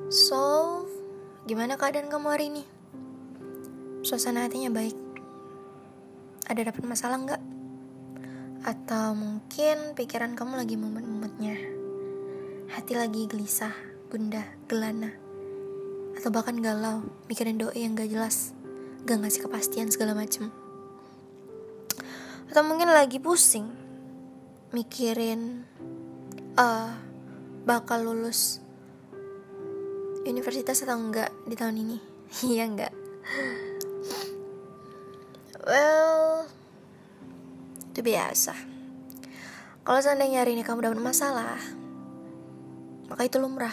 So, gimana keadaan kamu hari ini? Suasana hatinya baik? Ada dapat masalah nggak? Atau mungkin pikiran kamu lagi mumet-mumetnya? Hati lagi gelisah, gundah, gelana, atau bahkan galau, mikirin doi yang gak jelas, gak ngasih kepastian segala macem. Atau mungkin lagi pusing, mikirin bakal lulus universitas atau enggak di tahun ini. Iya enggak? Well, itu biasa. Kalau seandainya hari ini kamu dapat masalah, maka itu lumrah.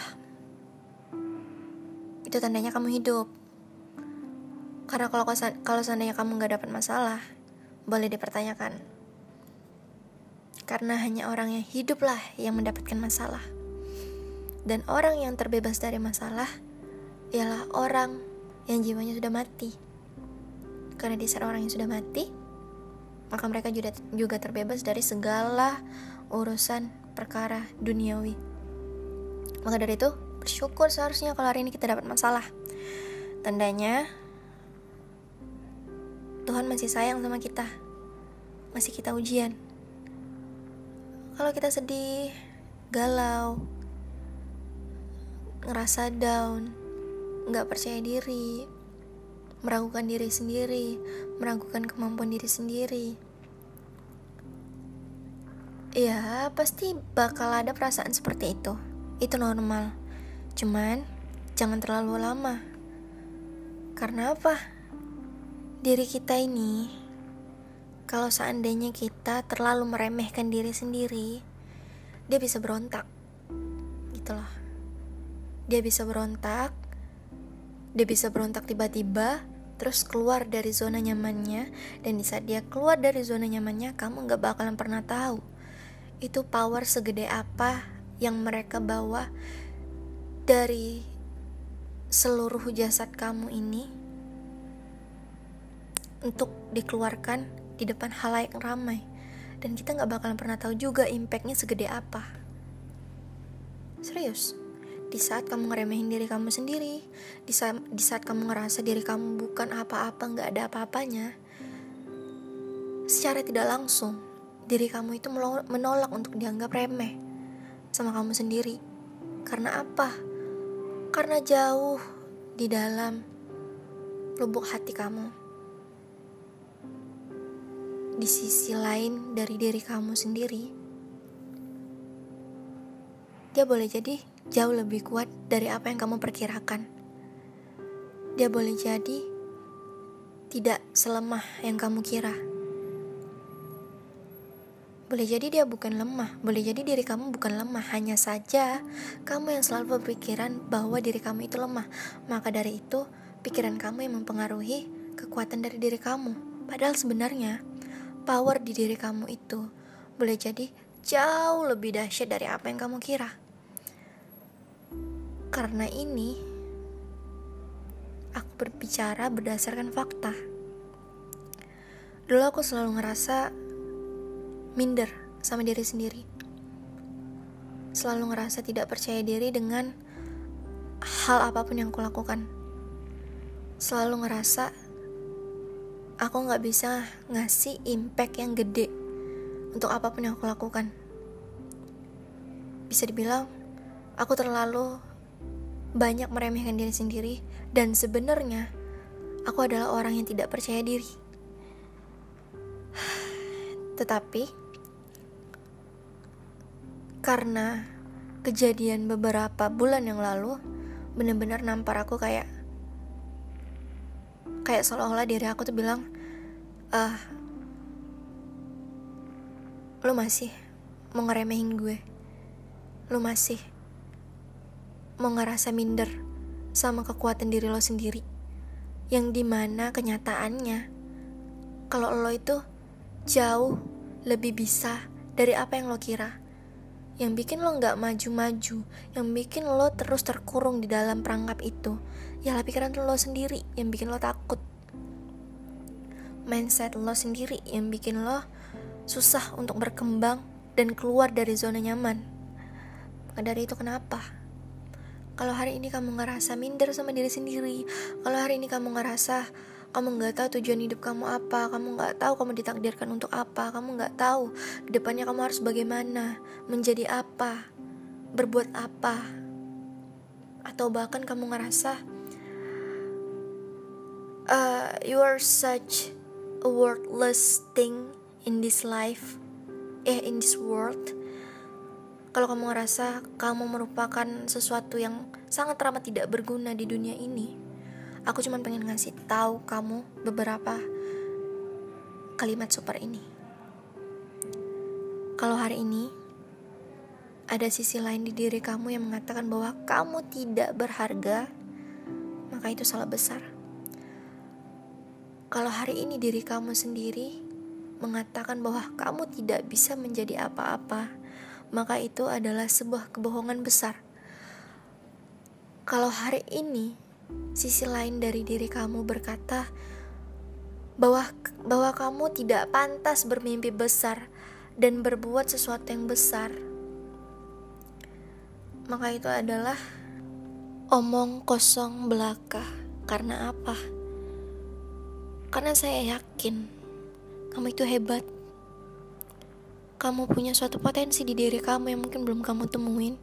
Itu tandanya kamu hidup. Karena kalau seandainya kamu gak dapat masalah, boleh dipertanyakan. Karena hanya orang yang hiduplah yang mendapatkan masalah. Dan orang yang terbebas dari masalah ialah orang yang jiwanya sudah mati. Karena di saat orang yang sudah mati, maka mereka juga terbebas dari segala urusan perkara duniawi. Maka dari itu, bersyukur seharusnya kalau hari ini kita dapat masalah. Tandanya Tuhan masih sayang sama kita, masih kita ujian. Kalau kita sedih, galau, ngerasa down, gak percaya diri, meragukan diri sendiri, meragukan kemampuan diri sendiri, ya pasti bakal ada perasaan seperti itu. Itu normal. Cuman jangan terlalu lama. Karena apa? Diri kita ini, kalau seandainya kita terlalu meremehkan diri sendiri, dia bisa berontak. Gitu loh. Dia bisa berontak tiba-tiba, terus keluar dari zona nyamannya. Dan di saat dia keluar dari zona nyamannya, kamu gak bakalan pernah tahu itu power segede apa yang mereka bawa dari seluruh jasad kamu ini untuk dikeluarkan di depan halayak ramai. Dan kita gak bakalan pernah tahu juga impactnya segede apa. Serius. Di saat kamu ngeremehin diri kamu sendiri, di saat kamu ngerasa diri kamu bukan apa-apa, gak ada apa-apanya, secara tidak langsung diri kamu itu menolak untuk dianggap remeh sama kamu sendiri. Karena apa? Karena jauh di dalam lubuk hati kamu, di sisi lain dari diri kamu sendiri, dia boleh jadi jauh lebih kuat dari apa yang kamu perkirakan. Dia boleh jadi tidak selemah yang kamu kira. Boleh jadi dia bukan lemah, boleh jadi diri kamu bukan lemah. Hanya saja kamu yang selalu berpikiran bahwa diri kamu itu lemah. Maka dari itu, pikiran kamu yang mempengaruhi kekuatan dari diri kamu. Padahal sebenarnya power di diri kamu itu boleh jadi jauh lebih dahsyat dari apa yang kamu kira. Karena ini, aku berbicara berdasarkan fakta. Dulu aku selalu ngerasa minder sama diri sendiri. Selalu ngerasa tidak percaya diri dengan hal apapun yang aku lakukan. Selalu ngerasa aku gak bisa ngasih impact yang gede untuk apapun yang aku lakukan. Bisa dibilang aku terlalu banyak meremehkan diri sendiri. Dan sebenarnya aku adalah orang yang tidak percaya diri. Tetapi karena kejadian beberapa bulan yang lalu, benar-benar nampar aku kayak seolah-olah diri aku tuh bilang, lu masih mau ngeremehin gue, lu masih mau ngerasa minder sama kekuatan diri lo sendiri, yang dimana kenyataannya kalau lo itu jauh lebih bisa dari apa yang lo kira. Yang bikin lo gak maju-maju, yang bikin lo terus terkurung di dalam perangkap itu, yalah pikiran lo sendiri yang bikin lo takut. Mindset lo sendiri yang bikin lo susah untuk berkembang dan keluar dari zona nyaman. Maka dari itu kenapa? Kalau hari ini kamu ngerasa minder sama diri sendiri, kalau hari ini kamu ngerasa kamu gak tahu tujuan hidup kamu apa, kamu gak tahu kamu ditakdirkan untuk apa, kamu gak tahu kedepannya kamu harus bagaimana, menjadi apa, berbuat apa, atau bahkan kamu ngerasa you are such a worthless thing in this life, in this world. Kalau kamu ngerasa kamu merupakan sesuatu yang sangat teramat tidak berguna di dunia ini, aku cuma pengen ngasih tahu kamu beberapa kalimat super ini. Kalau hari ini ada sisi lain di diri kamu yang mengatakan bahwa kamu tidak berharga, maka itu salah besar. Kalau hari ini diri kamu sendiri mengatakan bahwa kamu tidak bisa menjadi apa-apa, maka itu adalah sebuah kebohongan besar. Kalau hari ini sisi lain dari diri kamu berkata bahwa kamu tidak pantas bermimpi besar dan berbuat sesuatu yang besar, maka itu adalah omong kosong belaka. Karena apa? Karena saya yakin kamu itu hebat. Kamu punya suatu potensi di diri kamu yang mungkin belum kamu temuin.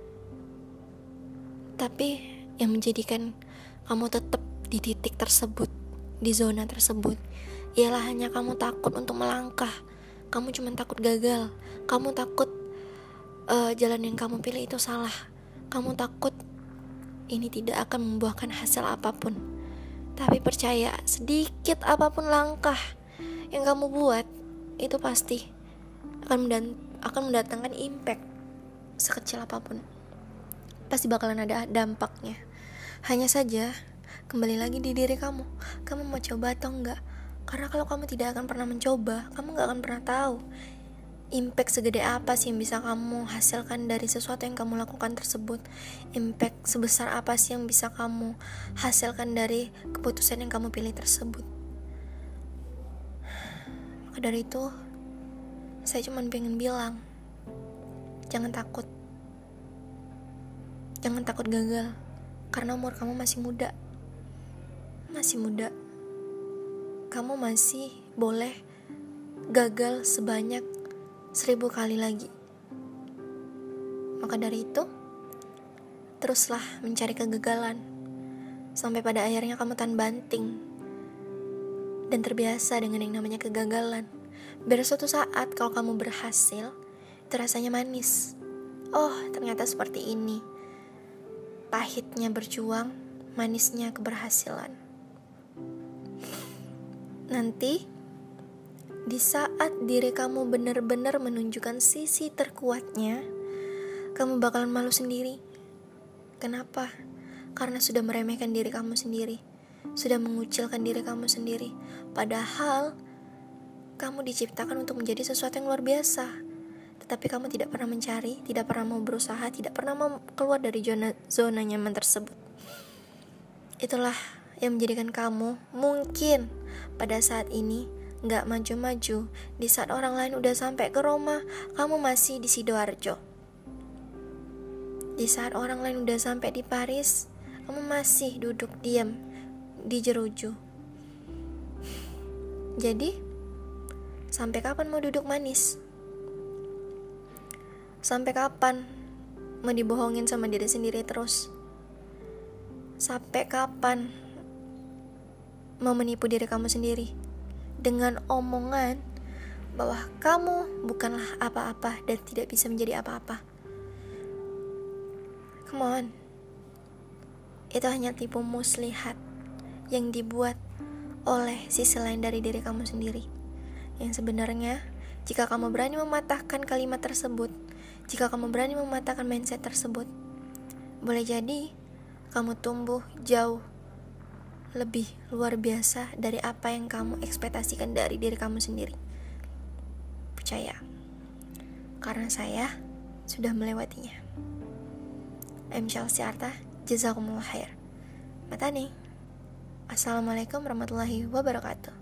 Tapi yang menjadikan kamu tetap di titik tersebut, di zona tersebut, ialah hanya kamu takut untuk melangkah. Kamu cuma takut gagal. Kamu takut jalan yang kamu pilih itu salah. Kamu takut ini tidak akan membuahkan hasil apapun. Tapi percaya, sedikit apapun langkah yang kamu buat, itu pasti akan mendatangkan impact sekecil apapun. Pasti bakalan ada dampaknya. Hanya saja, kembali lagi di diri kamu. Kamu mau coba atau enggak? Karena kalau kamu tidak akan pernah mencoba, kamu gak akan pernah tahu impact segede apa sih yang bisa kamu hasilkan dari sesuatu yang kamu lakukan tersebut. Impact sebesar apa sih yang bisa kamu hasilkan dari keputusan yang kamu pilih tersebut. Maka dari itu, saya cuma pengen bilang, jangan takut. Jangan takut gagal, karena umur kamu masih muda. Masih muda. Kamu masih boleh gagal sebanyak 1000 kali lagi. Maka dari itu, teruslah mencari kegagalan sampai pada akhirnya kamu tahan banting dan terbiasa dengan yang namanya kegagalan. Biar suatu saat kalau kamu berhasil, itu rasanya manis. Oh, ternyata seperti ini. Pahitnya berjuang, manisnya keberhasilan. Nanti di saat diri kamu benar-benar menunjukkan sisi terkuatnya, kamu bakalan malu sendiri. Kenapa? Karena sudah meremehkan diri kamu sendiri, sudah mengucilkan diri kamu sendiri. Padahal kamu diciptakan untuk menjadi sesuatu yang luar biasa, tetapi kamu tidak pernah mencari, tidak pernah mau berusaha, tidak pernah mau keluar dari zona nyaman tersebut. Itulah yang menjadikan kamu mungkin pada saat ini gak maju-maju. Di saat orang lain udah sampai ke Roma, kamu masih di Sidoarjo. Di saat orang lain udah sampai di Paris, kamu masih duduk diam di Jeruju. Jadi, sampai kapan mau duduk manis? Sampai kapan mau dibohongin sama diri sendiri terus? Sampai kapan mau menipu diri kamu sendiri dengan omongan bahwa kamu bukanlah apa-apa dan tidak bisa menjadi apa-apa? Come on. Itu hanya tipu muslihat yang dibuat oleh sisi lain dari diri kamu sendiri. Yang sebenarnya, jika kamu berani mematahkan kalimat tersebut, jika kamu berani mematahkan mindset tersebut, boleh jadi kamu tumbuh jauh lebih luar biasa dari apa yang kamu ekspektasikan dari diri kamu sendiri. Percaya, karena saya sudah melewatinya. I'm Chelsea Arta, jazakumullah khair. Matane. Assalamualaikum warahmatullahi wabarakatuh.